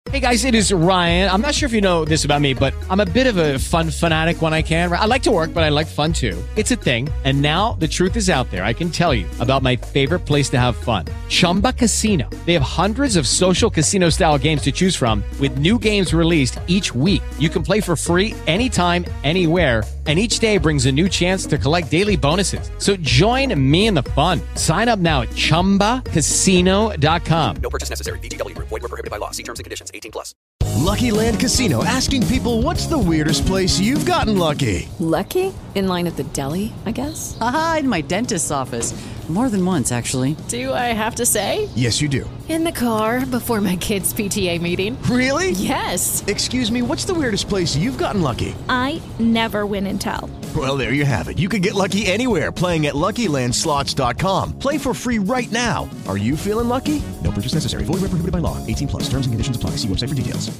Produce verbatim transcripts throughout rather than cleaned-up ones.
Hey guys, it is Ryan. I'm not sure if you know this about me, but I'm a bit of a fun fanatic when I can. I like to work, but I like fun too. It's a thing. And now the truth is out there. I can tell you about my favorite place to have fun. Chumba Casino. They have hundreds of social casino style games to choose from with new games released each week. You can play for free anytime, anywhere. And each day brings a new chance to collect daily bonuses. So join me in the fun. Sign up now at chumba casino dot com. No purchase necessary. V G W. Void where prohibited by law. See terms and conditions. eighteen plus. Lucky Land Casino, asking people, what's the weirdest place you've gotten lucky? Lucky? In line at the deli, I guess? Aha, in my dentist's office. More than once, actually. Do I have to say? Yes, you do. In the car before my kids' P T A meeting. Really? Yes. Excuse me, what's the weirdest place you've gotten lucky? I never win and tell. Well, there you have it. You can get lucky anywhere, playing at lucky land slots dot com. Play for free right now. Are you feeling lucky? No purchase necessary. Void where prohibited by law. eighteen plus. Terms and conditions apply. See website for details.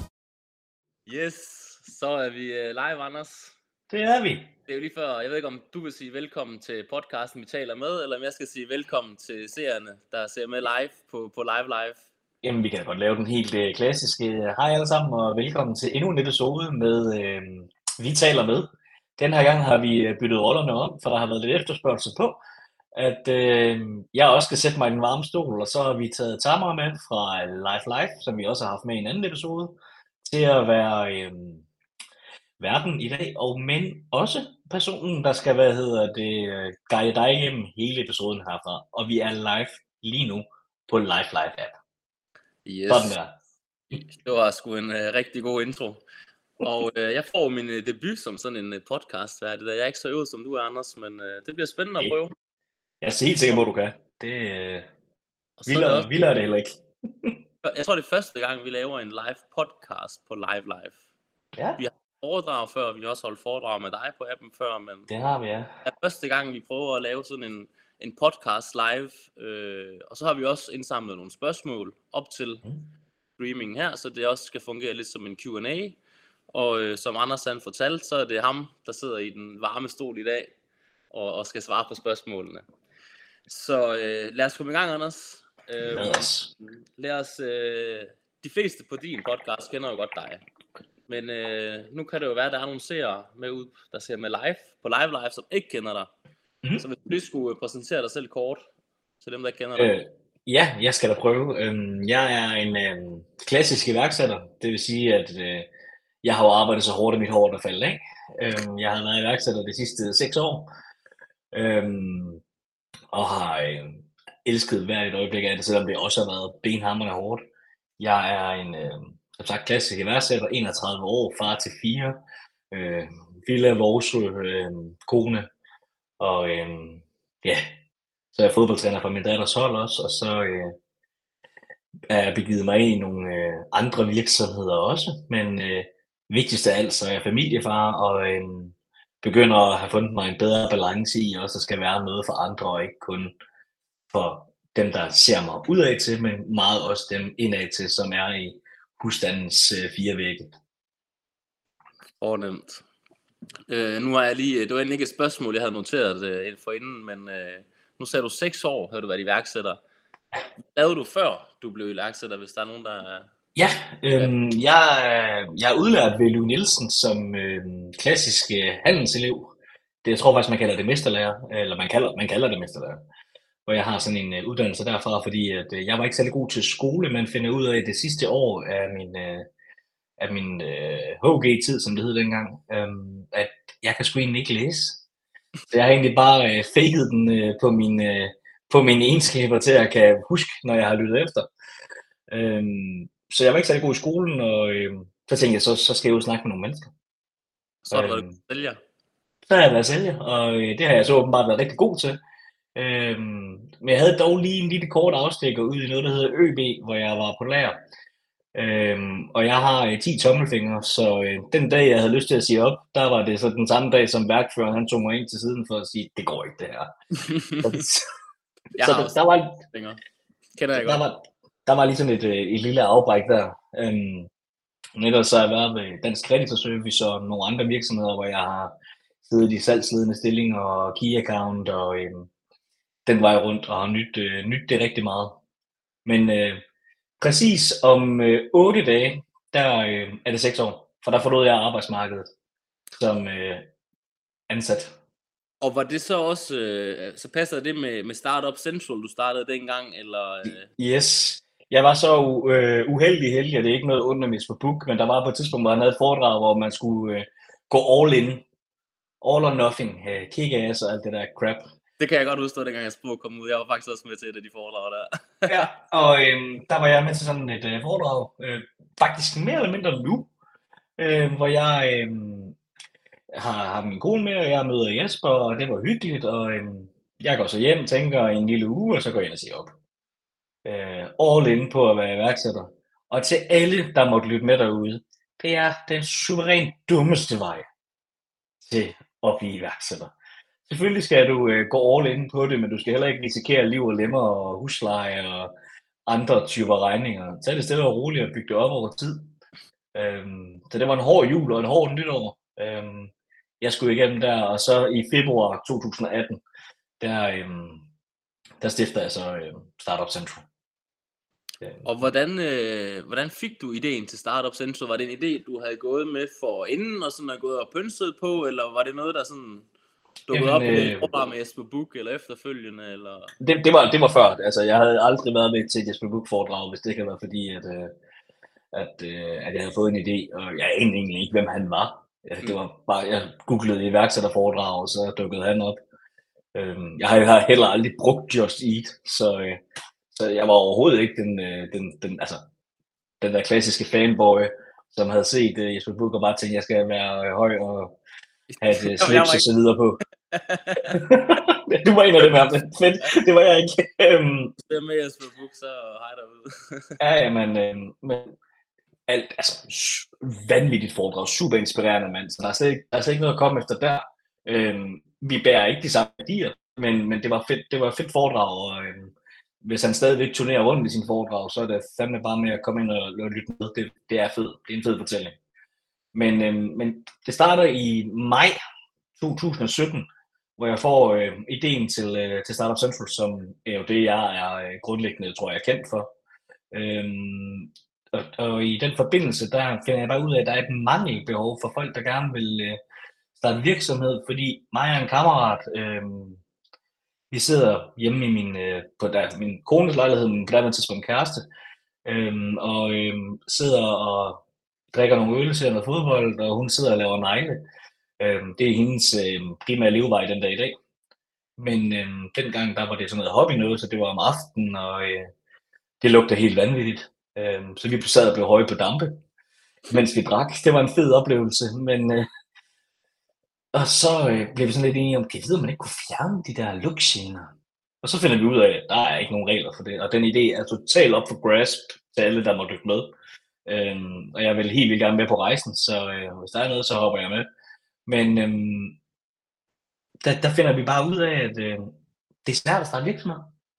Yes, så er vi live, Anders. Det er vi. Det er jo lige før, jeg ved ikke om du vil sige velkommen til podcasten, vi taler med, eller om jeg skal sige velkommen til seerne, der ser med live på, på Live Live. Jamen, vi kan godt lave den helt øh, klassiske. Hej alle sammen, og velkommen til endnu en episode med øh, Vi taler med. Den her gang har vi byttet rollerne om, for der har været lidt efterspørgsel på, at øh, jeg også skal sætte mig i den varme stol, og så har vi taget Tamara med fra Live Live, som vi også har haft med i en anden episode, til at være øh, verden i dag, og men også personen, der skal, hvad hedder det, guide dig igennem hele episoden herfra. Og vi er live lige nu på Live Live app. Yes. Sådan der. Det var sgu en uh, rigtig god intro. Og uh, jeg får min uh, debut som sådan en uh, podcast. Jeg er ikke så øvet som du er, Anders, men uh, det bliver spændende at prøve. Jeg er helt sikker på, at du kan. Det uh, vildere, vildere det heller ikke. Jeg tror, det er første gang, vi laver en live podcast på Live Live. Ja. Vi har foredrag før, vi har også holdt foredrag med dig på appen før, men det har vi, ja. Det er første gang, vi prøver at lave sådan en, en podcast live, øh, og så har vi også indsamlet nogle spørgsmål op til mm. streamingen her, så det også skal fungere lidt som en Q and A, og øh, som Anders han fortalte, så er det ham, der sidder i den varme stol i dag, og, og skal svare på spørgsmålene. Så øh, lad os komme i gang, Anders. Øh, lad os. Lad os øh, de fleste på din podcast kender jo godt dig. Men øh, nu kan det jo være, at der er nogle seere med ud, der ser med live, på Live Live, som ikke kender dig. Mm-hmm. Så hvis du lige skulle præsentere dig selv kort, til dem, der kender dig. Øh, ja, jeg skal da prøve. Øhm, jeg er en øhm, klassisk iværksætter. Det vil sige, at øh, jeg har jo arbejdet så hårdt, at mit hår der faldt af. Øhm, jeg har været iværksætter de sidste seks år. Øhm, og har øh, elsket hver et øjeblik af det, selvom det også har været benhamrende hårdt. Jeg er en... Øh, som sagt klassisk iværksætter, enogtredive år, far til fire, øh, Villa, Vorsø, øh, kone, og øh, ja, så er jeg fodboldtræner for min datters hold også, og så øh, er jeg begivet mig ind i nogle øh, andre virksomheder også, men øh, vigtigst af alt, så er jeg familiefar, og øh, begynder at have fundet mig en bedre balance i, også at skal være noget for andre, og ikke kun for dem, der ser mig udad til, men meget også dem indad til, som er i husstandens øh, fire vægge. Fornemt. Øh, nu har jeg lige, det var egentlig ikke et spørgsmål, jeg havde noteret øh, for inden, men øh, nu sagde du seks år, havde du været iværksætter. Hvad lavede du før du blev iværksætter, hvis der er nogen, der... Ja, øh, jeg, jeg er udlært ved Louis Nielsen som øh, klassisk øh, handelselev. Det, jeg tror faktisk, man kalder det mesterlærer, eller man kalder, man kalder det mesterlærer. Hvor jeg har sådan en uh, uddannelse derfra, fordi at, uh, jeg var ikke særlig god til skole, men finder ud af det sidste år af min, uh, af min uh, H G-tid, som det hed dengang, um, at jeg kan sgu egentlig ikke læse. Så jeg har egentlig bare uh, faket den uh, på, min, uh, på mine egenskaber til, at jeg kan huske, når jeg har lyttet efter. Um, så jeg var ikke særlig god i skolen, og uh, så tænkte jeg, så, så skal jeg jo snakke med nogle mennesker. Så har du været sælger? Så har jeg været sælger, og uh, det har jeg så åbenbart været rigtig god til. Øhm, men jeg havde dog lige en lille kort afstikker ud i noget, der hedder Ø B, hvor jeg var på lager. Øhm, og jeg har øh, ti tommelfingre, så øh, den dag, jeg havde lyst til at sige op, der var det så den samme dag, som værkføreren han tog mig ind til siden for at sige, det går ikke det her. så jeg så har der, der, var, Kender jeg der, godt. var, der var ligesom et, et lille afbræk der. Øhm, men ellers så har jeg været ved Dansk Kreditorservice og nogle andre virksomheder, hvor jeg har siddet i salgsledende stillinger og key account og øhm, den vej rundt og har nyt, øh, nyt det rigtig meget. Men øh, præcis om øh, otte dage, der øh, er det seks år, for der forlod jeg arbejdsmarkedet som øh, ansat. Og var det så også, øh, så passer det med, med Startup Central, du startede dengang, eller? Øh... Yes. Jeg var så uh, uheldig heldig, at det er ikke noget ondt med mister Book, men der var på et tidspunkt, hvor han havde et foredrag, hvor man skulle uh, gå all in, all or nothing, uh, kick ass og alt det der crap. Det kan jeg godt huske, dengang jeg spurgte kom ud. Jeg var faktisk også med til et af de foredrag der. Ja, og øhm, der var jeg med til sådan et øh, foredrag, øh, faktisk mere eller mindre nu, øh, hvor jeg øh, har, har min kone med, og jeg møder Jesper, og det var hyggeligt, og øh, jeg går så hjem, tænker en lille uge, og så går jeg ind og siger op. Øh, all in på at være iværksætter. Og til alle, der måtte lytte med derude, det er den suverænt dummeste vej til at blive iværksætter. Selvfølgelig skal du øh, gå all in på det, men du skal heller ikke risikere liv og lemmer og husleje og andre typer regninger. Tag det stille og roligt og bygge det op over tid. Øhm, så det var en hård jul og en hård nytår. Øhm, jeg skulle igennem der, og så i februar to tusind atten, der, øhm, der stifter jeg så øhm, Startup Central. Øhm. Og hvordan, øh, hvordan fik du ideen til Startup Central? Var det en idé, du havde gået med for inden, og sådan er gået og pynset på, eller var det noget, der sådan dukket op i det program med Jesper Buch eller efterfølgende? Eller? Det, det, var, det var før. Altså, jeg havde aldrig været med til Jesper Buch foredrag, hvis det ikke havde været fordi, at, øh, at, øh, at jeg havde fået en idé, og jeg anede egentlig ikke, hvem han var. Jeg, det var bare, jeg googlede iværksætterforedrag, og så dukkede han op. Øhm, jeg har heller aldrig brugt Just Eat, så, øh, så jeg var overhovedet ikke den, øh, den, den, altså, den der klassiske fanboy, som havde set øh, Jesper Buch og bare tænkte, at jeg skal være øh, høj og have et slips og så videre på. Du var en af dem her, men fedt, det var jeg ikke. Det er med Jesper Buch, så hej derude. Ja, jamen, øh, men alt, altså, vanvittigt foredrag, super inspirerende mand, så der er slet ikke, der er slet ikke noget at komme efter der. Øh, vi bærer ikke de samme værdier, men, men det var fedt, det var et fedt foredrag, og øh, hvis han stadigvæk turnerer rundt i sin foredrag, så er det fandme bare med at komme ind og, og lytte med. Det, det er fedt, det er en fed fortælling. Men, øh, men det starter i maj to tusind sytten, hvor jeg får øh, ideen til, øh, til Startup Central, som er jo det, jeg er øh, grundlæggende, tror jeg, er kendt for. Øhm, og, og i den forbindelse, der finder jeg bare ud af, at der er et mangelbehov for folk, der gerne vil øh, starte virksomhed, fordi mig og en kammerat, øh, vi sidder hjemme i min, øh, på der, min kones lejlighed, men på der tidspunkt kæreste, øh, og øh, sidder og drikker nogle øl, ser noget fodbold, og hun sidder og laver negle. Øh, det er hendes øh, primære levevej den dag i dag. Men øh, dengang, der var det sådan noget hobby noget, så det var om aftenen, og øh, det lugter helt vanvittigt. Øh, så vi sad og blev høje på dampe, mens vi drak. Det var en fed oplevelse, men... Øh, og så øh, blev vi sådan lidt enige om, kan jeg vide, om man ikke kunne fjerne de der lugtgener? Og så finder vi ud af, at der er ikke nogen regler for det, og den idé er totalt op for grasp til alle, der må dykke med. Øhm, og jeg vil helt vildt gerne med på rejsen, så øh, hvis der er noget, så hopper jeg med. Men øhm, der, der finder vi bare ud af, at øh, det er svært at starte virksomhed.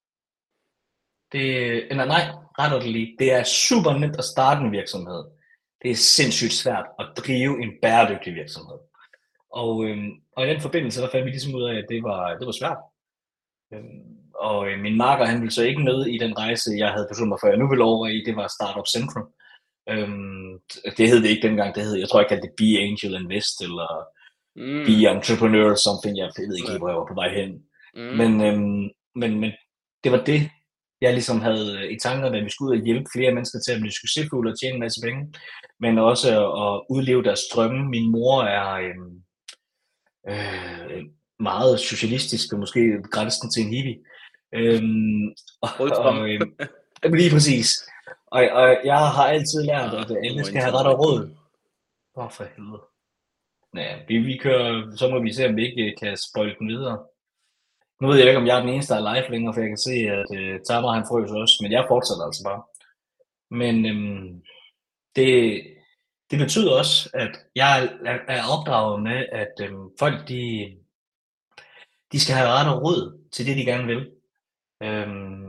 Det, eller nej, ret og lige. Det er super nemt at starte en virksomhed. Det er sindssygt svært at drive en bæredygtig virksomhed. Og, øhm, og i den forbindelse, der fandt vi ligesom ud af, at det var, det var svært. Øhm, og øh, min marker, han ville så ikke med i den rejse, jeg havde besluttet mig for, at jeg nu ville over i, det var Startup Central. Øhm, det hed det ikke dengang, det hed, jeg tror jeg kaldte det Be Angel Invest, eller mm. Be Entrepreneur or something, jeg ved ikke hvor jeg var på vej hen. Mm. Men, øhm, men, men det var det, jeg ligesom havde i tankerne, at vi skulle ud og hjælpe flere mennesker til at blive succesfulde og tjene en masse penge, men også at udleve deres drømme. Min mor er øhm, øh, meget socialistisk, og måske grænsen til en hippie. Øhm, og, og, øhm, lige præcis. Og, og jeg har altid lært, at alle skal have ret og råd. Åh, oh, for helvede. Ja, vi, vi kører, så må vi se, om vi ikke kan spoile den videre. Nu ved jeg ikke, om jeg er den eneste, der er live længere, for jeg kan se, at uh, Tamar, han frøs også, men jeg fortsætter altså bare. Men øhm, det, det betyder også, at jeg er, er opdraget med, at øhm, folk, de, de skal have ret og råd til det, de gerne vil. Øhm,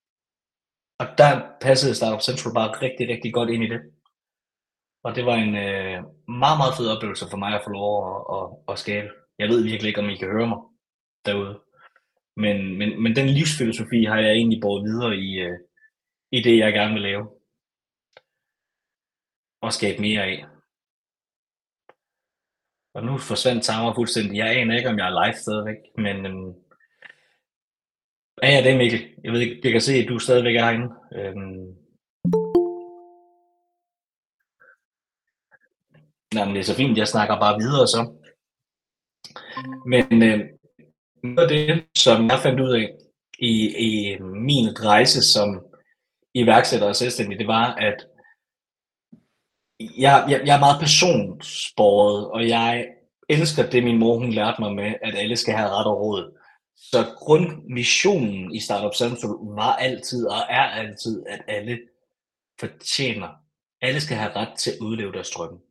og der passede Startup Central bare rigtig, rigtig godt ind i det. Og det var en øh, meget, meget fed oplevelse for mig at få lov at, at, at skabe. Jeg ved virkelig ikke, om I kan høre mig derude. Men, men, men den livsfilosofi har jeg egentlig båret videre i, øh, i det, jeg gerne vil lave. og skabe mere af. Og nu forsvandt Tamara fuldstændig. Jeg aner ikke, om jeg er live stadigvæk, men øhm, er jeg det, Mikkel? Jeg ved ikke, jeg kan se, at du stadigvæk er herinde. Øhm, nej, men det er så fint, jeg snakker bare videre så. Men øh, noget af det, som jeg fandt ud af i, i min rejse som iværksætter og selvstændig, det var, at jeg, jeg, jeg er meget personsporet, og jeg elsker det, min mor hun lærte mig med, at alle skal have ret og råd. Så grundmissionen i Startup Central var altid og er altid, at alle fortjener, alle skal have ret til at udleve deres drømme.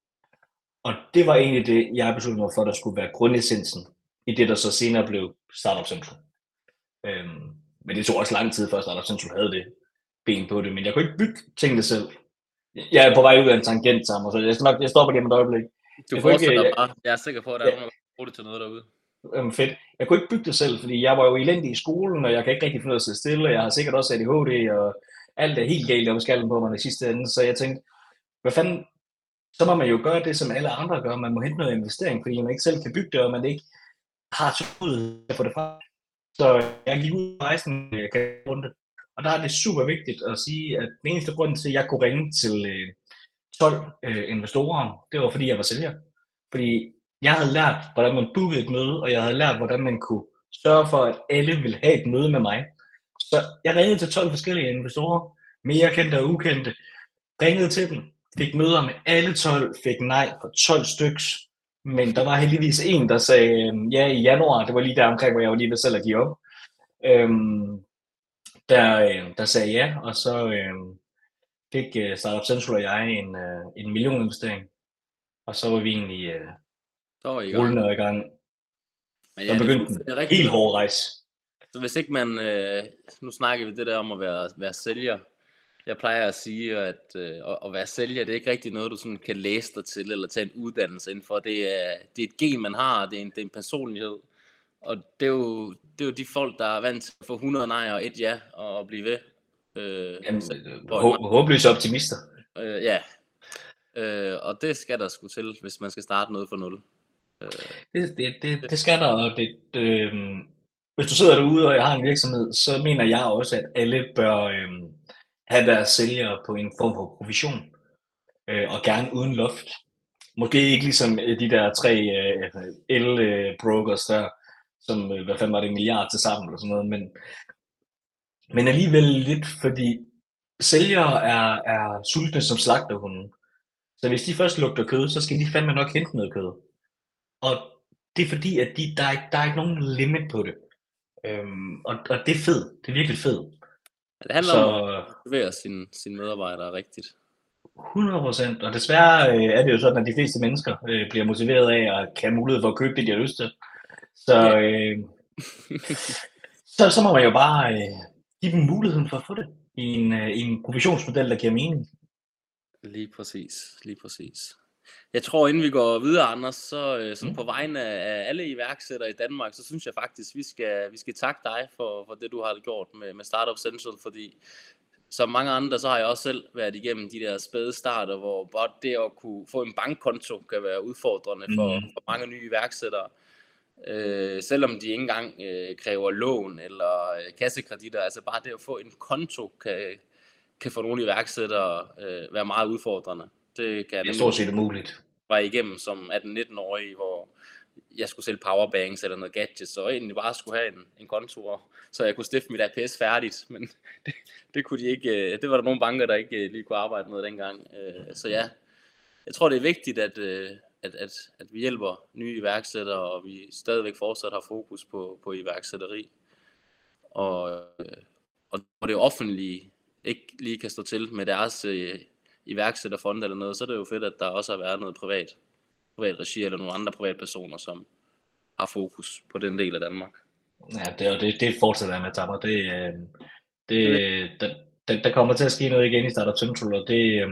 Og det var egentlig det, jeg besluttede mig for, at der skulle være grundessensen i det, der så senere blev Startup Central. Øhm, men det tog også lang tid, før Startup Central havde det ben på det, men jeg kunne ikke bygge tingene selv. Jeg er på vej ud af en tangent sammen, så jeg, nok, jeg stopper lige om et øjeblik. Du jeg fortsætter ikke, bare. Jeg er sikker på, at der er nogen, der bruger det til noget derude. Øhm, fedt. Jeg kunne ikke bygge det selv, fordi jeg var jo elendig i skolen, og jeg kan ikke rigtig finde ud af at sidde stille, og jeg har sikkert også A D H D, og alt er helt galt om skallen på mig i sidste ende, så jeg tænkte, hvad fanden, så må man jo gøre det, som alle andre gør. Man må hente noget investering, fordi man ikke selv kan bygge det, og man ikke har tålmodighed til at få det fra. Så jeg gik ud på rejsen, jeg kan runde. Og der er det super vigtigt at sige, at den eneste grund til, at jeg kunne ringe til tolv øh, investorer, det var fordi, jeg var sælger. Fordi jeg havde lært, hvordan man bookede et møde, og jeg havde lært, hvordan man kunne sørge for, at alle ville have et møde med mig. Så jeg ringede til tolv forskellige investorer, mere kendte og ukendte, ringede til dem, fik møder med alle tolv, fik nej for tolv styks, men der var heldigvis en, der sagde ja i januar, det var lige der omkring, hvor jeg var lige ved selv at give op, øhm, der, der sagde ja, og så øhm, fik uh, Startup Central og jeg en, uh, en million investering, og så var vi egentlig uh, rullende og i gang. Men ja, så begyndte den rigtig helt hårde rejse. Så hvis ikke man, øh, nu snakker vi det der om at være, være sælger. Jeg plejer at sige, at øh, at være sælger, det er ikke rigtig noget, du sådan kan læse dig til, eller tage en uddannelse inden for. Det er, det er et gen, man har, det er en, det er en personlighed. Og det er, jo, det er jo de folk, der er vant til at få hundrede nej og et ja, og blive ved. Øh, Jamen, hå- håbløse optimister. Øh, ja, øh, og det skal der sgu til, hvis man skal starte noget fra nul. Øh, det, det, det, det skal der, og det, øh, hvis du sidder derude og har en virksomhed, så mener jeg også, at alle bør øh, have deres sælgere på en form for provision, øh, og gerne uden loft. Måske ikke ligesom de der tre øh, el-brokers der, som, øh, hvad fanden var det, en milliard til sammen eller sådan noget, men, men alligevel lidt, fordi sælgere er, er sultne som slagterhunden. Så hvis de først lugter kød, så skal de fandme nok hente noget kød. Og det er fordi, at de, der, er ikke, der er ikke nogen limit på det. Øhm, og, og det er fedt. Det er virkelig fedt. Det handler så, om at motivere sine, sine medarbejdere rigtigt. hundrede procent. Og desværre øh, er det jo sådan, at de fleste mennesker øh, bliver motiveret af at kan have mulighed for at købe det, de har lyst til. Så, øh, så, så må man jo bare øh, give dem muligheden for at få det i en, øh, i en provisionsmodel, der giver mening. Lige præcis. Lige præcis. Jeg tror, inden vi går videre, Anders, så øh, sådan mm. på vegne af alle iværksættere i Danmark, så synes jeg faktisk, vi skal, vi skal takke dig for, for det, du har gjort med, med Startup Central, fordi som mange andre, så har jeg også selv været igennem de der spæde starter, hvor bare det at kunne få en bankkonto kan være udfordrende for, mm. for mange nye iværksættere. Øh, selvom de ikke engang øh, kræver lån eller øh, kassekreditter, altså bare det at få en konto kan, kan for nogle iværksættere øh, være meget udfordrende. Det kan det er stort set umuligt. Var igennem som atten-nitten-årig, hvor jeg skulle sælge powerbanks eller noget gadgets, og egentlig bare skulle have en, en konto, så jeg kunne stifte mit A P S færdigt, men det, det kunne de ikke, det var der nogle banker, der ikke lige kunne arbejde med dengang. Så ja, jeg tror det er vigtigt, at, at, at, at vi hjælper nye iværksættere, og vi stadigvæk fortsat har fokus på, på iværksætteri. Og, og det offentlige ikke lige kan stå til med deres iværksætterfond eller noget, så er det jo fedt, at der også har været noget privat, privat regi eller nogle andre privatpersoner, som har fokus på den del af Danmark. Ja, det, det, det fortsætter med, Tammer. Det, det, der, der, der kommer til at ske noget igen i Startup Central, og det,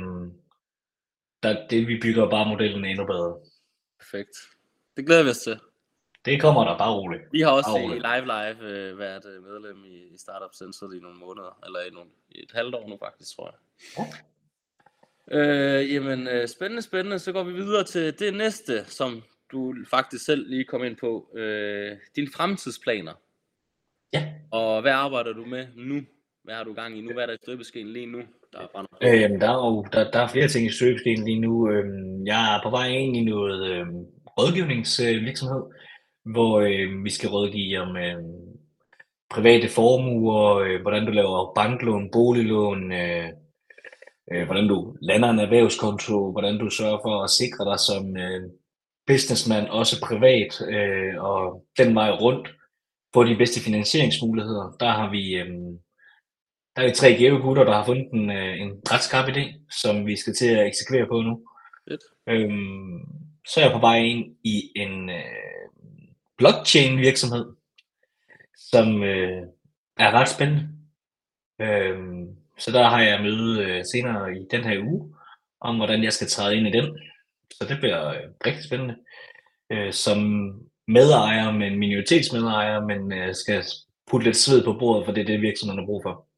der, det vi bygger bare modellen endnu bedre. Perfekt. Det glæder vi os til. Det kommer der, bare roligt. Vi har også i Live Live øh, været medlem i, i Startup Central i nogle måneder, eller i, nogle, i et halvt år nu faktisk, tror jeg. Ja. Øh, jamen, øh, spændende, spændende. Så går vi videre til det næste, som du faktisk selv lige kom ind på. Øh, dine fremtidsplaner. Ja. Og hvad arbejder du med nu? Hvad har du gang i nu? Hvad er der i støbeskeen lige nu, der brænder på? Øhm, der, er jo, der, der er flere ting i støbeskeen lige nu. Øhm, jeg er på vej ind i noget øhm, rådgivningsvirksomhed, hvor øh, vi skal rådgive om øh, private formuer, øh, hvordan du laver banklån, boliglån, øh, øh, hvordan du lander en erhvervskonto, hvordan du sørger for at sikre dig som øh, businessman, også privat, øh, og den vej rundt på de bedste finansieringsmuligheder. Der har vi, øh, der er vi tre gave gutter, der har fundet en, øh, en ret skarp idé, som vi skal til at eksekvere på nu. Fedt. Øhm, så er jeg på vej ind i en øh, blockchain virksomhed, som øh, er ret spændende. Øhm, så der har jeg møde øh, senere i den her uge, om hvordan jeg skal træde ind i den. Så det bliver øh, rigtig spændende. Øh, som medejer, men minoritetsmedejer, men øh, skal putte lidt sved på bordet, for det er det, virksomheden har brug for.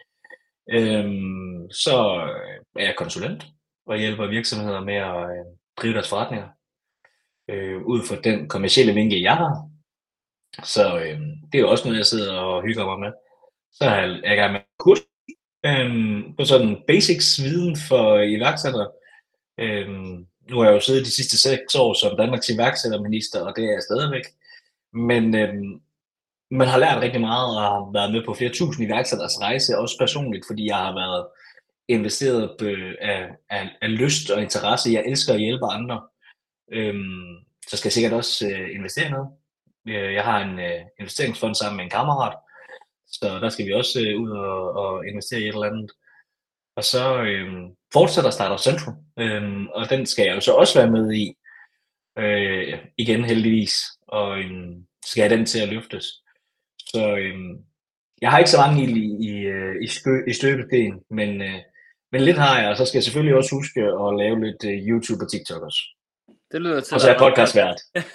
Øhm, så er jeg konsulent og hjælper virksomheder med at øh, drive deres forretninger øh, ud fra den kommercielle vinkel, jeg har. Så øh, det er jo også noget, jeg sidder og hygger mig med. Så er jeg, jeg i gang med kurs øh, på sådan basics viden for iværksættere. Øh, nu har jeg jo siddet de sidste seks år som Danmarks iværksætterminister, og det er jeg stadigvæk. Men øh, man har lært rigtig meget og har været med på flere tusind iværksætteres rejse, også personligt, fordi jeg har været investeret på, af, af, af lyst og interesse. Jeg elsker at hjælpe andre. Øhm, så skal jeg sikkert også øh, investere noget. Jeg har en øh, investeringsfond sammen med en kammerat, så der skal vi også øh, ud og, og investere i et eller andet. Og så øh, fortsætter Startup Central, øh, og den skal jeg jo så også være med i, øh, igen heldigvis, og øh, skal have den til at løftes. Så øh, jeg har ikke så mange i, i, i, spø, i støbeskeen, men, øh, men lidt har jeg, og så skal jeg selvfølgelig også huske at lave lidt øh, YouTube og TikTok også. Det lyder til, og så er jeg podcastvært.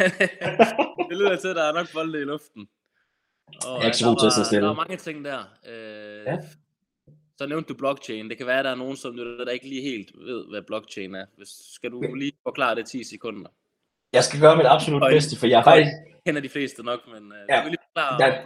Det lyder til, at der er nok bolde i luften. Og jeg er ikke så god til at sidde stille. Der er mange ting der. Øh, ja. Så nævnte du blockchain. Det kan være, at der er nogen, som der ikke lige helt ved, hvad blockchain er. Skal du lige forklare det ti sekunder? Jeg skal gøre mit absolut og bedste, for jeg faktisk kender de fleste nok, men uh, ja, du vil lige forklare.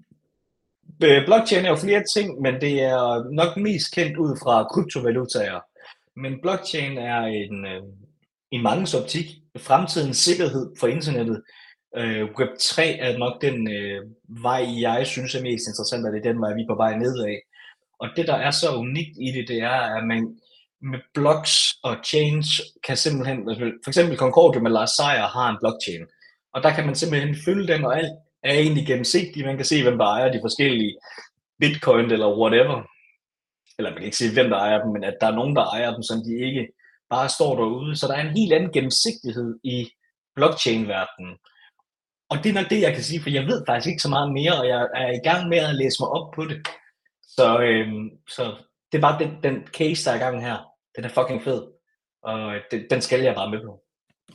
Der, blockchain er jo flere ting, men det er nok mest kendt ud fra kryptovalutaer. Men blockchain er en, øh, i manges optik fremtidens sikkerhed for internettet. Øh, Web tre er nok den øh, vej, jeg synes er mest interessant, og det er den vej, vi er på vej nedad. Og det, der er så unikt i det, det er, at man med blocks og chains kan simpelthen, for eksempel Concordia med Lars Seier har en blockchain, og der kan man simpelthen følge den, og alt er egentlig gennemsigtigt. Man kan se, hvem der ejer de forskellige bitcoin eller whatever. Eller man kan ikke se, hvem der ejer dem, men at der er nogen, der ejer dem, som de ikke bare står derude. Så der er en helt anden gennemsigtighed i blockchain-verdenen. Og det er nok det, jeg kan sige, for jeg ved faktisk ikke så meget mere, og jeg er i gang med at læse mig op på det. Så, øhm, så det er bare den, den case, der er i gang her. Den er fucking fed, og det, den skal jeg bare med på.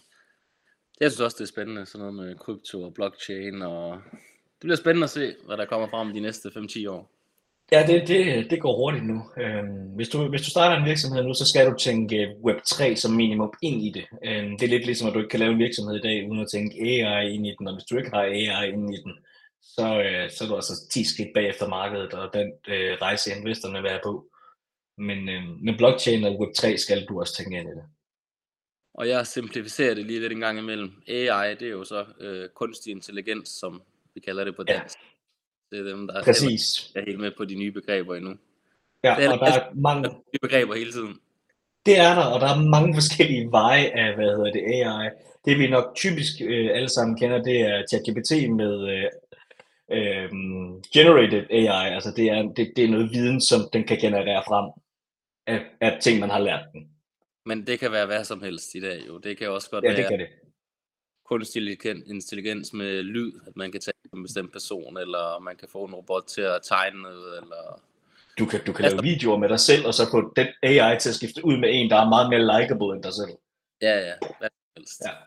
Jeg synes også, det er spændende, sådan noget med krypto og blockchain, og det bliver spændende at se, hvad der kommer frem de næste fem til ti år. Ja, det, det, det går hurtigt nu. Øhm, hvis, du, hvis du starter en virksomhed nu, så skal du tænke Web tre som minimum ind i det. Øhm, det er lidt ligesom, at du ikke kan lave en virksomhed i dag, uden at tænke A I ind i den, og hvis du ikke har A I ind i den, så, øh, så er du altså ti skridt bagefter markedet, og den øh, rejse investorerne vil have på. Men øh, med blockchain og Web tre skal du også tænke ind i det. Og jeg simplificerer det lige lidt en gang imellem. A I, det er jo så øh, kunstig intelligens, som vi kalder det på dansk. Ja. Det er dem, der Præcis. er helt med på de nye begreber endnu. Ja, det er, og der er mange nye begreber hele tiden. Det er der, og der er mange forskellige veje af, hvad hedder det, A I. Det vi nok typisk øh, alle sammen kender, det er ChatGPT med øh, øh, generated A I. Altså det er, det, det er noget viden, som den kan generere frem af, af ting, man har lært den. Men det kan være hvad som helst i dag jo. Det kan også godt ja, være det kan det. kunstig intelligens med lyd, at man kan tage en bestemt person, eller man kan få en robot til at tegne noget, eller... Du kan, du kan altså, lave videoer med dig selv, og så få den A I til at skifte ud med en, der er meget mere likeable end dig selv. Ja, ja. Hvad som helst. Ja.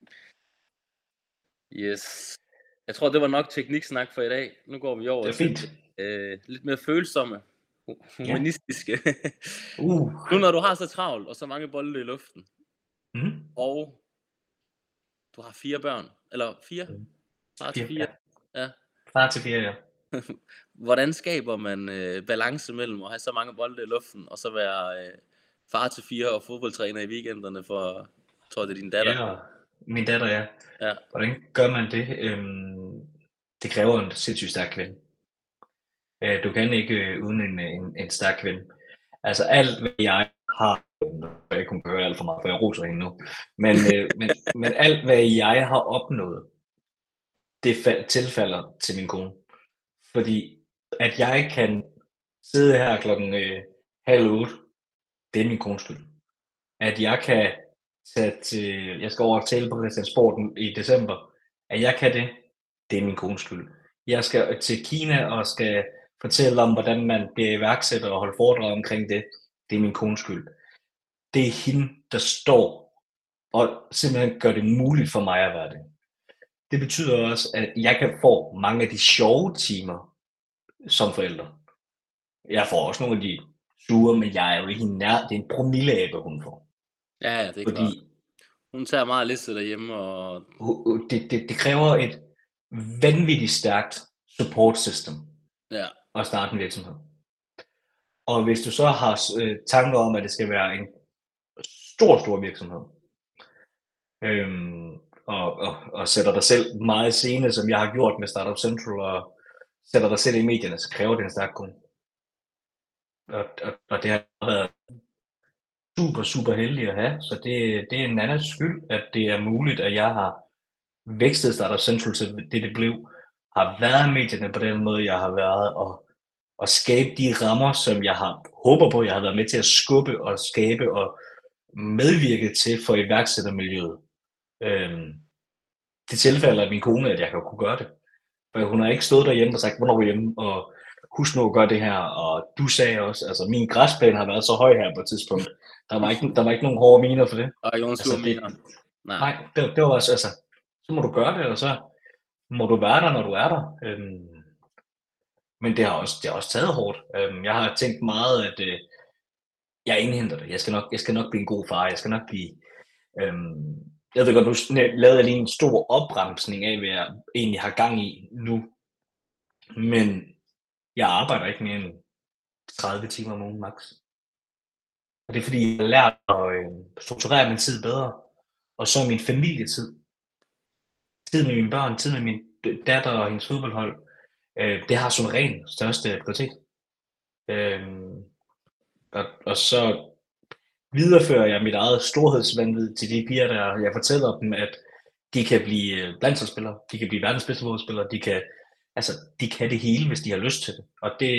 Yes. Jeg tror, det var nok tekniksnak for i dag. Nu går vi over til øh, lidt mere følsomme humanistiske. Uh. Nu når du har så travlt, og så mange bolde i luften, Mm. og du har fire børn, eller fire? Far til fire. Ja. Far til fire, ja. Hvordan skaber man øh, balance mellem at have så mange bolde i luften, og så være øh, far til fire og fodboldtræner i weekenderne for, tror jeg, det er din datter? Ja, min datter, ja. Ja. Hvordan gør man det? Øhm, det kræver en sindssygt stærk kvinde. Øh, du kan ikke øh, uden en, en, en stærk kvinde. Altså alt, hvad jeg har, jeg kunne høre alt for meget, for jeg roser hende nu, men, øh, men, men alt, hvad jeg har opnået, det fald, tilfalder til min kone. Fordi at jeg kan sidde her klokken øh, halv otte, det er min kones skyld. At jeg kan tage til, jeg skal over og tale på Christiansborg i december, at jeg kan det, det er min kones skyld. Jeg skal til Kina og skal fortælle om, hvordan man bliver iværksætter og holde foredrag omkring det, det er min kones skyld. Det er hende, der står og simpelthen gør det muligt for mig at være det. Det betyder også, at jeg kan få mange af de sjove timer som forældre. Jeg får også nogle af de sure, men jeg er jo ikke nær. Det er en promilleabe, hun får. Ja, ja, det er Fordi klart. Hun tager meget liste derhjemme, og det, det, det kræver et vanvittigt stærkt support system ja. at starte en virksomhed. Og hvis du så har øh, tanker om, at det skal være en stor, stor virksomhed, øhm, og, og, og sætter dig selv meget i scene, som jeg har gjort med Startup Central, og sætter dig selv i medierne, så kræver det en stærk kunde. Og, og, og det har været super, super heldig at have, så det, det er en anden skyld, at det er muligt, at jeg har vækstet Startup Central til det, det blev, har været medierne på den måde, jeg har været, og, og skabe de rammer, som jeg har håber på, jeg har været med til at skubbe og skabe og medvirke til for iværksættermiljøet. Øhm, det tilfælder af min kone, at jeg kan kunne gøre det. For hun har ikke stået derhjemme og sagt, hvornår er du hjemme, og husk nu at gøre det her, og du sagde også, altså min græsplæne har været så høj her på et tidspunkt, der var ikke, der var ikke nogen hårde miner for det. Der er ikke nogen altså, sure miner. Nej, nej det, det var også, altså, så må du gøre det, og så må du være der, når du er der. Øhm, men det har også, det har også taget hårdt. Øhm, jeg har tænkt meget, at øh, jeg indhenter det. Jeg skal, nok, jeg skal nok blive en god far. Jeg skal nok blive... Øhm, jeg ved godt, nu lavede jeg lige en stor opbremsning af, hvad jeg egentlig har gang i nu. Men jeg arbejder ikke mere end tredive timer om ugen max. Og det er fordi, jeg har lært at øh, strukturere min tid bedre. Og så min familietid. Tid med mine børn, tid med min datter og hendes fodboldhold. Øh, det har som ren største prioritet. Øh, og, og så viderefører jeg mit eget storhedsvanvid til de piger, der jeg fortæller dem, at de kan blive landsholdsspillere, de kan blive verdens bedste fodboldspillere, de kan, altså, de kan det hele, hvis de har lyst til det. Og det,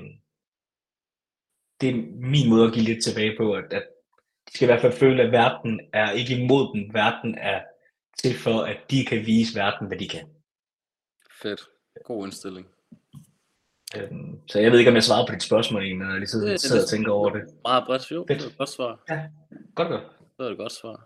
det er min måde at give lidt tilbage på, at, at de skal i hvert fald føle, at verden er ikke imod dem, verden er til for, at de kan vise verden, hvad de kan. Fedt. God indstilling. Øhm, så jeg ved ikke, om jeg svarer på dit spørgsmål, når jeg lige sidder, det, sidder det, og tænker over det. Meget bredt, jo. Det er et godt svar. Ja, godt godt. Det er et godt svar.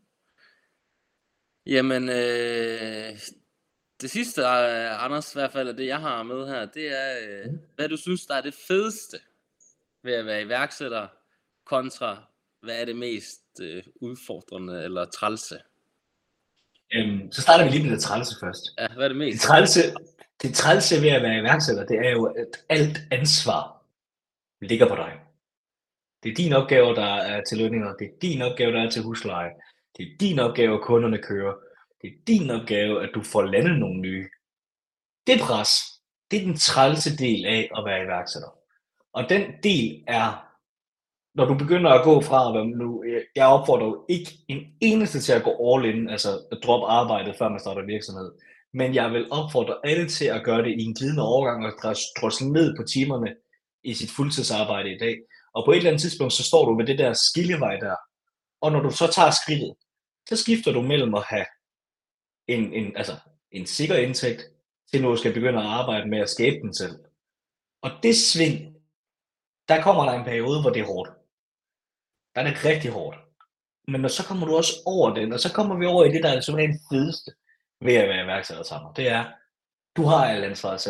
Jamen, øh, det sidste, Anders, i hvert fald, det jeg har med her, det er, øh, hvad du synes, der er det fedeste ved at være iværksætter, kontra, hvad er det mest øh, udfordrende eller trælse? Øhm, så starter vi lige med det trælse først. Ja, hvad er det mest? Det trælse, det trælse ved at være iværksætter, det er jo, at alt ansvar ligger på dig. Det er din opgave, der er til lønninger. Det er din opgave, der er til husleje. Det er din opgave, at kunderne kører. Det er din opgave, at du får landet nogle nye. Det pres, det er den trælse del af at være iværksætter. Og den del er, når du begynder at gå fra, hvad nu, jeg opfordrer jo ikke en eneste til at gå all in, altså at droppe arbejdet, før man starter virksomhed. Men jeg vil opfordre alle til at gøre det i en glidende overgang og drosle ned på timerne i sit fuldtidsarbejde i dag. Og på et eller andet tidspunkt, så står du ved det der skillevej der. Og når du så tager skridtet, så skifter du mellem at have en, en, altså en sikker indtægt, til når du skal begynde at arbejde med at skabe den selv. Og det sving, der kommer der en periode, hvor det er hårdt. Der er det rigtig hårdt. Men når så kommer du også over den, og så kommer vi over i det, der er simpelthen fedeste ved at være iværksætter sammen. Det er, du har alt ansvaret selv.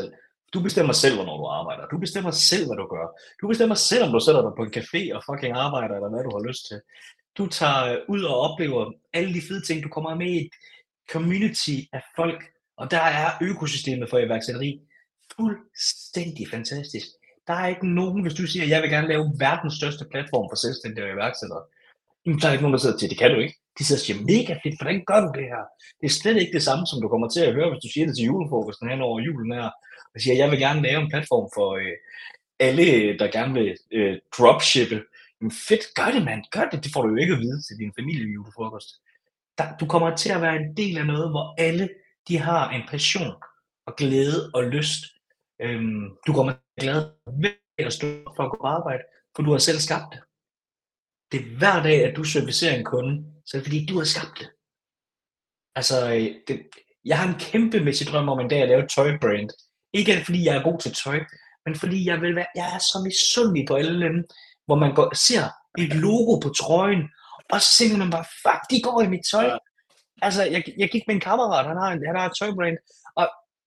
Du bestemmer selv, hvornår du arbejder. Du bestemmer selv, hvad du gør. Du bestemmer selv, om du sætter dig på en café og fucking arbejder, eller hvad du har lyst til. Du tager ud og oplever alle de fede ting. Du kommer med i et community af folk, og der er økosystemet for iværksætteri fuldstændig fantastisk. Der er ikke nogen, hvis du siger, at jeg vil gerne lave verdens største platform for selvstændige og iværksættere, så er der ikke nogen, der sidder og siger, det kan du ikke. De sidder og siger, mega fedt, hvordan gør du det her? Det er slet ikke det samme, som du kommer til at høre, hvis du siger det til julefrokosten hen over julen her, og siger, jeg vil gerne lave en platform for øh, alle, der gerne vil øh, dropshippe. Men fedt, gør det, mand, gør det. Det får du jo ikke at vide til din familie i julefrokost. Der, du kommer til at være en del af noget, hvor alle, de har en passion og glæde og lyst. Øhm, du kommer til at glæde ved at stå for at gå på arbejde, for du har selv skabt det. Det er hver dag, at du servicerer en kunde, så er det fordi, du har skabt det. Altså, det, jeg har en kæmpemæssig drøm om en dag at lave et tøjbrand. Ikke fordi jeg er god til tøj, men fordi jeg vil være, jeg er så misundelig på alle dem, hvor man går, ser et logo på trøjen, og så tænker man bare, fuck, de går i mit tøj. Ja. Altså, jeg, jeg gik med en kammerat, han har, en, han har et tøjbrand, og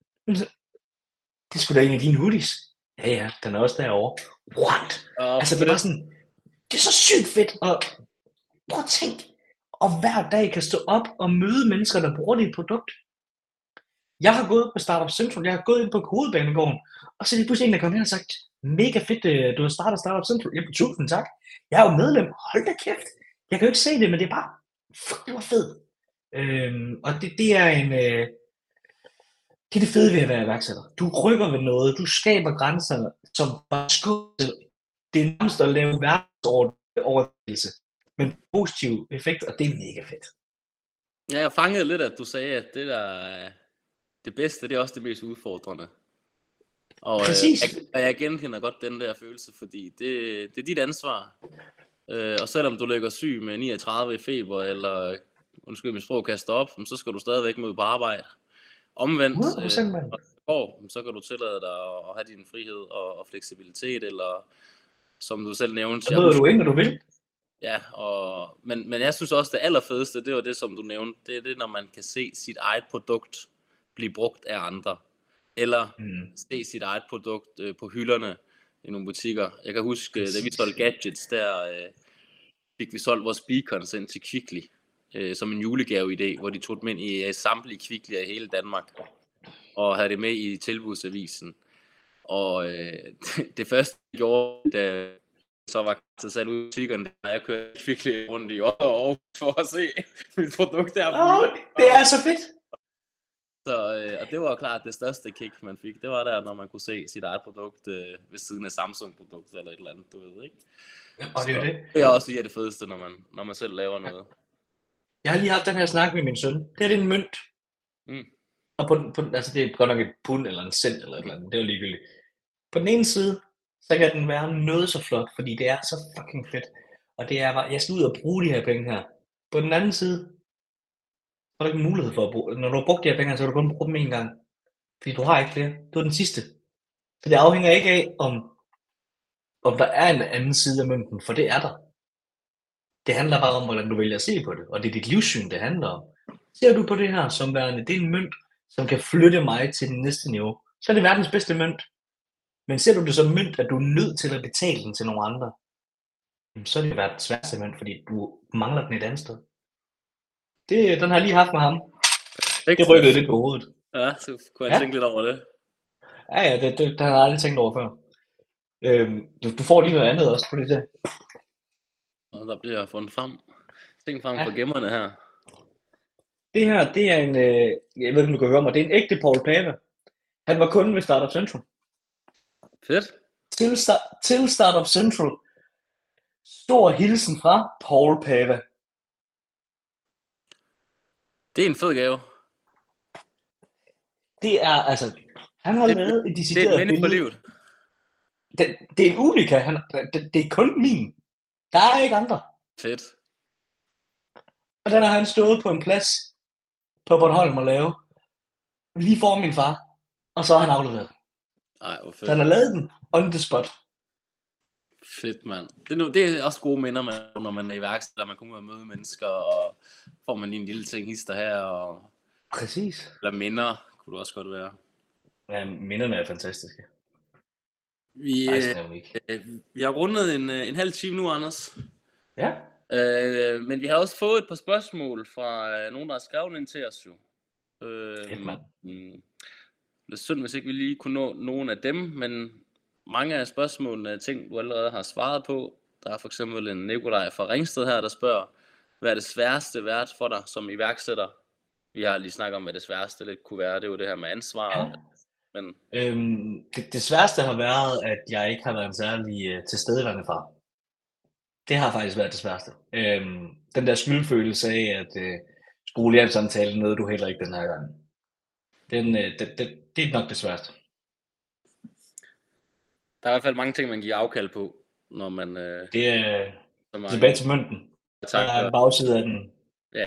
det skulle da en af dine hoodies. Ja, ja, den er også derovre. What? Uh, altså, det var sådan, det er så sygt fedt, og prøv at tænke, og hver dag kan stå op og møde mennesker, der bruger dit produkt. Jeg har gået på Startup Central, jeg har gået ind på Hovedbanegården, og så er det pludselig en, der kom hen og sagt, mega fedt, du har startet Startup Central. Jeg er tusind tak. Jeg er jo medlem. Hold da kæft. Jeg kan jo ikke se det, men det er bare, fuck, det var fedt. Øhm, og det, det er en, øh, det er det fede ved at være iværksætter. Du rykker ved noget, du skaber grænserne, som bare skubber. Det er nærmest at lave verdensovertagelse, men positiv effekt, og det er mega fedt. Ja, jeg fangede lidt, at du sagde, at det der det bedste, det er også det mest udfordrende. Og Præcis. Øh, jeg, jeg genkender godt den der følelse, fordi det, det er dit ansvar. Øh, og selvom du ligger syg med niogtredive i feber, eller undskyld min sprog kaster op, så skal du stadigvæk mod på arbejde. Omvendt, øh, så kan du tillade dig at have din frihed og, og fleksibilitet, eller som du selv nævnte. Så møder du ind, når du vil. Ja, og, men, men jeg synes også, det allerfedeste, det var det, som du nævnte, det er det, når man kan se sit eget produkt blive brugt af andre. Eller mm. se sit eget produkt øh, på hylderne i nogle butikker. Jeg kan huske, da vi solgte gadgets, der øh, fik vi solgt vores beacons ind til Kvickly, øh, som en julegave-idé, hvor de tog dem ind i øh, samtlige Kvickly i hele Danmark, og havde det med i tilbudsavisen. Og øh, det, det første, jeg gjorde, da så var jeg sat ud i butikkerne, da jeg kørte Kvickly rundt i Aarhus for at se mit produkt der. Oh, det er så fedt! Så, øh, og det var klart det største kick, man fik. Det var der, når man kunne se sit eget produkt øh, ved siden af Samsung-produkt eller et eller andet, du ved, ikke? Og det er det. Det er også det fedeste, når man, når man selv laver noget. Jeg har lige haft den her snak med min søn. Det er det en mønt. Mm. Og på, på, altså det er godt nok et pund eller en cent eller et eller andet. Det er jo ligegyldigt. På den ene side, så kan den være noget så flot, fordi det er så fucking fedt. Og det er bare, jeg skal ud og bruge de her penge her. På den anden side, så er der ikke mulighed for at bruge. Når du har brugt de her penge, så kan du kun bruge dem en gang. Fordi du har ikke flere. Det var den sidste. Så det afhænger ikke af, om, om der er en anden side af mønten, for det er der. Det handler bare om, hvordan du vælger at se på det. Og det er dit livssyn, det handler om. Ser du på det her som værende, det er en mønt, som kan flytte mig til den næste niveau, så er det verdens bedste mønt. Men ser du det som mønt, at du er nødt til at betale den til nogle andre, så er det verdens sværeste mønt, fordi du mangler den et andet sted. Det, den har jeg lige haft med ham. Det rykkede lidt på hovedet. Ja, så kunne jeg ja. tænke lidt over det. Ja, ja, det, det, det har jeg aldrig tænkt over før. Øhm, du, du får lige noget andet også på det der. Og der bliver fundet frem. Ting frem ja. for gemmerne her. Det her, det er en, øh, jeg ved ikke, om du kan høre mig, det er en ægte Paul Pava. Han var kunde ved Startup Central. Fedt. Til, start, til Startup Central. Stor hilsen fra Paul Pava. Det er en fed gave. Det er, altså, han har det, lavet et decideret billede. Det er et minde på livet. Det, det er en unika, han, det, det er kun min. Der er ikke andre. Fedt. Og den har han stået på en plads på Bornholm og lave. Lige foran min far. Og så har han afleveret. Ej, hvor fedt. Så han har lavet den on the spot. Fedt, mand. Det er, det er også gode minder, man, når man er iværksætter, man kommer ud og møde mennesker, og får man lige en lille ting hister her. Og... Præcis. Eller minder, kunne du også godt være. Ja, minderne er fantastiske. Vi, Rejsen er unik. øh, vi har rundet en, øh, en halv time nu, Anders. Ja. Øh, men vi har også fået et par spørgsmål fra øh, nogen, der har skrevet ind til os jo. Øh, Fedt, mand. mm, det er synd, hvis ikke vi lige kunne nå nogen af dem, men mange af spørgsmålene er ting, du allerede har svaret på. Der er for eksempel en Nikolaj fra Ringsted her, der spørger, hvad er det sværeste været for dig som iværksætter? Vi har lige snakket om, hvad det sværeste lidt kunne være. Det er jo det her med ansvaret. Ja. Men Øhm, det, det sværeste har været, at jeg ikke har været en særlig uh, tilstedeværende far. Det har faktisk været det sværeste. Øhm, den der skyldfølelse af, at uh, skolehjælpssamtale nåede du heller ikke den her gang. Den, uh, det, det, det er nok det sværeste. der er i hvert fald mange ting, man giver afkald på, når man... Øh, Det er så mange tilbage til mønten. Der tanker. er en bagside af den. Ja.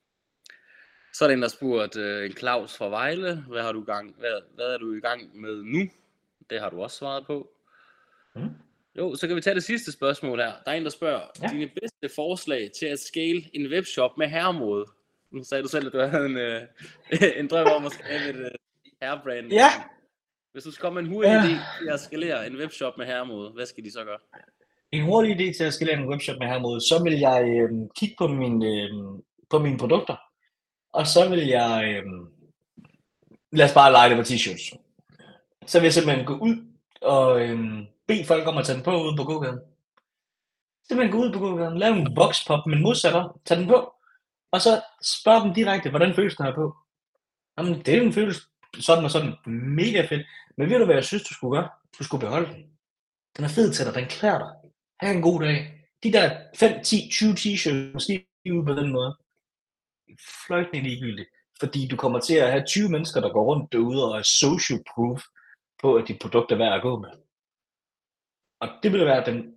Så er der en, der spurgte øh, en Claus fra Vejle, hvad, har du gang, hvad, hvad er du i gang med nu? Det har du også svaret på. Mm. Jo, så kan vi tage det sidste spørgsmål her. Der er en, der spørger, Ja. dine bedste forslag til at scale en webshop med herremode. Nu sagde du selv, at du havde en, øh, en drøm om at skabe et øh, herrebrand. Ja. Hvis du skal komme med en hurtig Ja. idé til at skalere en webshop med herremode, hvad skal de så gøre? En hurtig idé til at skalere en webshop med her mod, så vil jeg øh, kigge på, min, øh, på mine produkter, og så vil jeg, øh, lad os bare lege det på t-shirts. Så vil jeg simpelthen gå ud og øh, bede folk om at tage den på ude på gågaden. Simpelthen gå ud på gågaden, lave en voxpop, men modsætter, tage den på, og så spørg dem direkte, hvordan føles den her på? Jamen, det er en følelse sådan og sådan, mega fedt, men ved du hvad jeg synes, du skulle gøre? Du skulle beholde den. Den er fed til dig, den klæder dig. Ha' en god dag. De der fem, ti, tyve t-shirts, måske ud på den måde, fløjtende ligegyldigt, fordi du kommer til at have tyve mennesker, der går rundt derude og er social proof på, at dit produkt er værd at gå med. Og det vil være den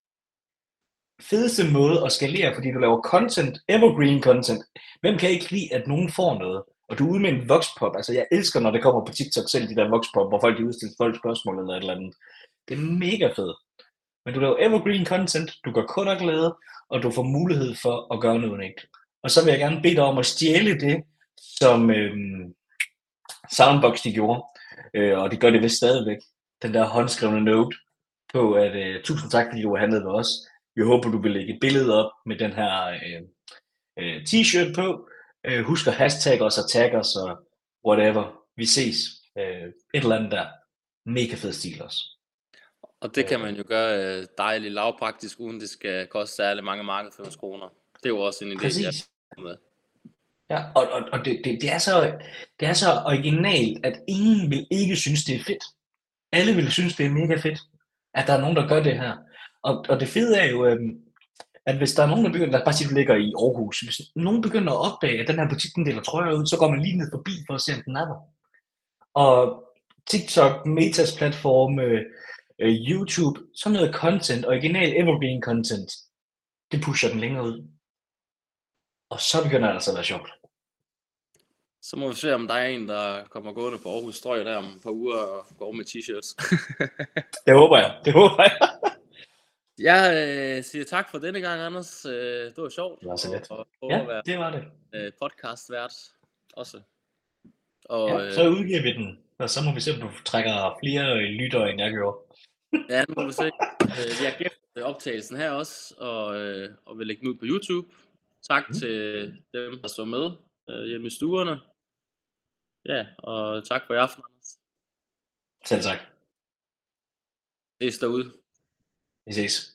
fedeste måde at skalere, fordi du laver content, evergreen content. Hvem kan ikke lide, at nogen får noget? Og du er ude med en voxpop. Altså, jeg elsker, når det kommer på TikTok selv, de der voxpop, hvor folk de udstiller folk spørgsmål eller et eller andet. Det er mega fedt. Men du laver evergreen content, du gør kunder glade, og du får mulighed for at gøre noget unikt. Og så vil jeg gerne bede dig om at stjæle det, som øhm, Soundbox de gjorde, øh, og de gør det vist stadigvæk. Den der håndskrevne note på, at øh, tusind tak, fordi du har handlet med os. Vi håber, du vil lægge et billede op med den her øh, øh, t-shirt på. Øh, husk at hashtag os og tag os og whatever. Vi ses. Øh, et eller andet der. Mega fed stil også. Og det kan man jo gøre øh, dejligt lavpraktisk, uden det skal koste særlig mange markedsføringskroner. Det er jo også en idé, Præcis. jeg har med. Ja, og, og, og det, det, det, er så, det er så originalt, at ingen vil ikke synes, det er fedt. Alle vil synes, det er mega fedt, at der er nogen, der gør det her. Og, og det fede er jo, øhm, at hvis der er nogen, der begynder, lad os bare sige, du ligger i Aarhus, hvis nogen begynder at opdage, at den her butik, den deler trøjer ud, så går man lige ned forbi for at se, om den er der. Og TikTok, Metas platform, øh, øh, YouTube, sådan noget content, original evergreen content, det pusher den længere ud. Og så begynder det altså at være sjovt. Så må vi se, om der er en, der kommer gående på Aarhus Strøg der om et par uger og går med t-shirts. Det håber jeg, det håber jeg. Jeg øh, siger tak for denne gang, Anders. Øh, det var sjovt. Det var så let. Og, og Ja, at være det var det. øh, podcastvært også. Og, Ja, øh, så udgiver vi den, og så må vi se, om du trækker flere lyttere, end jeg gjorde. ja, nu må vi se. Øh, vi har gemt optagelsen her også, og, øh, og vil lægge den ud på YouTube. Tak mm. til dem, der så med øh, hjemme i stuerne. Ja, og tak for i aften, Anders. Selv tak. Ses derude. Vi ses.